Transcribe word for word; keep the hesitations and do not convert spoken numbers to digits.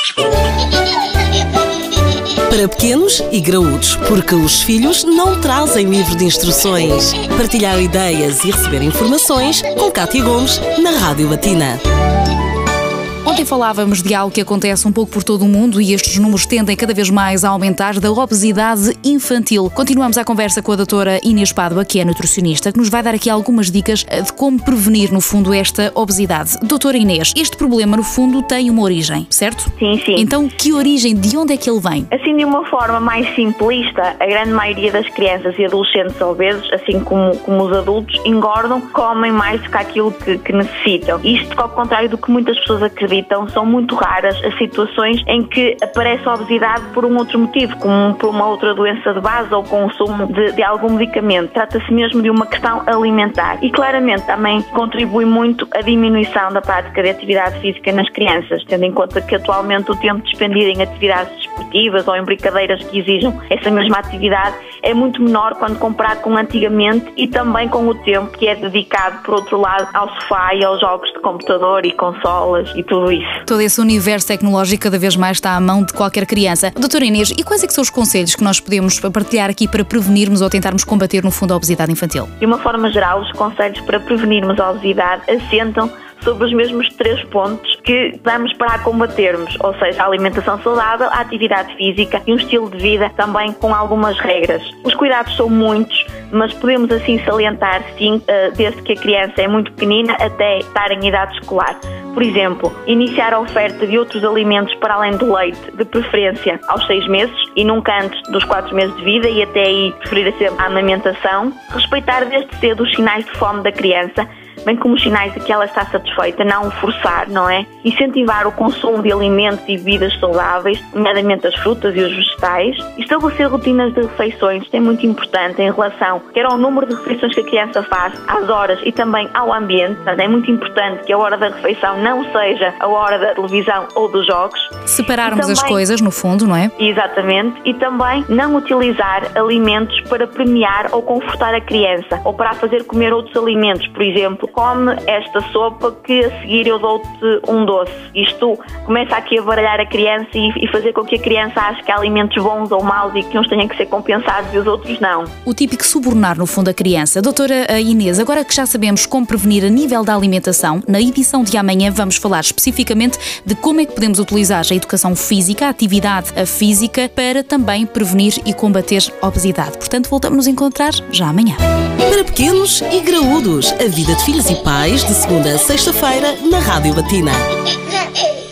Para pequenos e graúdos, porque os filhos não trazem livro de instruções. Partilhar ideias e receber informações com Cátia Gomes na Rádio Matina. Ontem falávamos de algo que acontece um pouco por todo o mundo e estes números tendem cada vez mais a aumentar, da obesidade infantil. Continuamos a conversa com a doutora Inês Pádua, que é nutricionista, que nos vai dar aqui algumas dicas de como prevenir, no fundo, esta obesidade. Doutora Inês, este problema, no fundo, tem uma origem, certo? Sim, sim. Então, que origem, de onde é que ele vem? Assim, de uma forma mais simplista, a grande maioria das crianças e adolescentes obesos, assim como, como os adultos, engordam, comem mais do que aquilo que, que necessitam. Isto, ao contrário do que muitas pessoas acreditam, são muito raras as situações em que aparece a obesidade por um outro motivo, como por uma outra doença de base ou consumo de, de algum medicamento. Trata-se mesmo de uma questão alimentar e claramente também contribui muito a diminuição da prática de atividade física nas crianças, tendo em conta que atualmente o tempo despendido em atividades desportivas ou em brincadeiras que exijam essa mesma atividade é muito menor quando comparado com antigamente e também com o tempo que é dedicado, por outro lado, ao sofá e aos jogos de computador e consolas e tudo isso. Todo esse universo tecnológico cada vez mais está à mão de qualquer criança. Doutora Inês, e quais é que são os conselhos que nós podemos partilhar aqui para prevenirmos ou tentarmos combater, no fundo, a obesidade infantil? De uma forma geral, os conselhos para prevenirmos a obesidade assentam sobre os mesmos três pontos que damos para combatermos, ou seja, a alimentação saudável, a atividade física e um estilo de vida também com algumas regras. Os cuidados são muitos, mas podemos assim salientar, sim, desde que a criança é muito pequenina até estar em idade escolar. Por exemplo, iniciar a oferta de outros alimentos para além do leite, de preferência aos seis meses e nunca antes dos quatro meses de vida e até aí preferir sempre a amamentação. Respeitar desde cedo os sinais de fome da criança, bem como os sinais de que ela está satisfeita, não forçar, não é? Incentivar o consumo de alimentos e bebidas saudáveis, nomeadamente as frutas e os vegetais. Estabelecer rotinas de refeições, isto é muito importante em relação quer ao número de refeições que a criança faz, às horas e também ao ambiente. Mas é muito importante que a hora da refeição não seja a hora da televisão ou dos jogos. Separarmos também, as coisas, no fundo, não é? Exatamente. E também não utilizar alimentos para premiar ou confortar a criança ou para a fazer comer outros alimentos. Por exemplo, come esta sopa que a seguir eu dou-te um doce. Isto começa aqui a baralhar a criança e, e fazer com que a criança ache que há alimentos bons ou maus e que uns tenham que ser compensados e os outros não. O típico subornar, no fundo, a criança. Doutora Inês, agora que já sabemos como prevenir a nível da alimentação, na edição de amanhã vamos falar especificamente de como é que podemos utilizar a educação física, a atividade física, para também prevenir e combater a obesidade. Portanto, voltamos a nos encontrar já amanhã. Para pequenos e graúdos, a vida de filhos e pais, de segunda a sexta-feira, na Rádio Matina.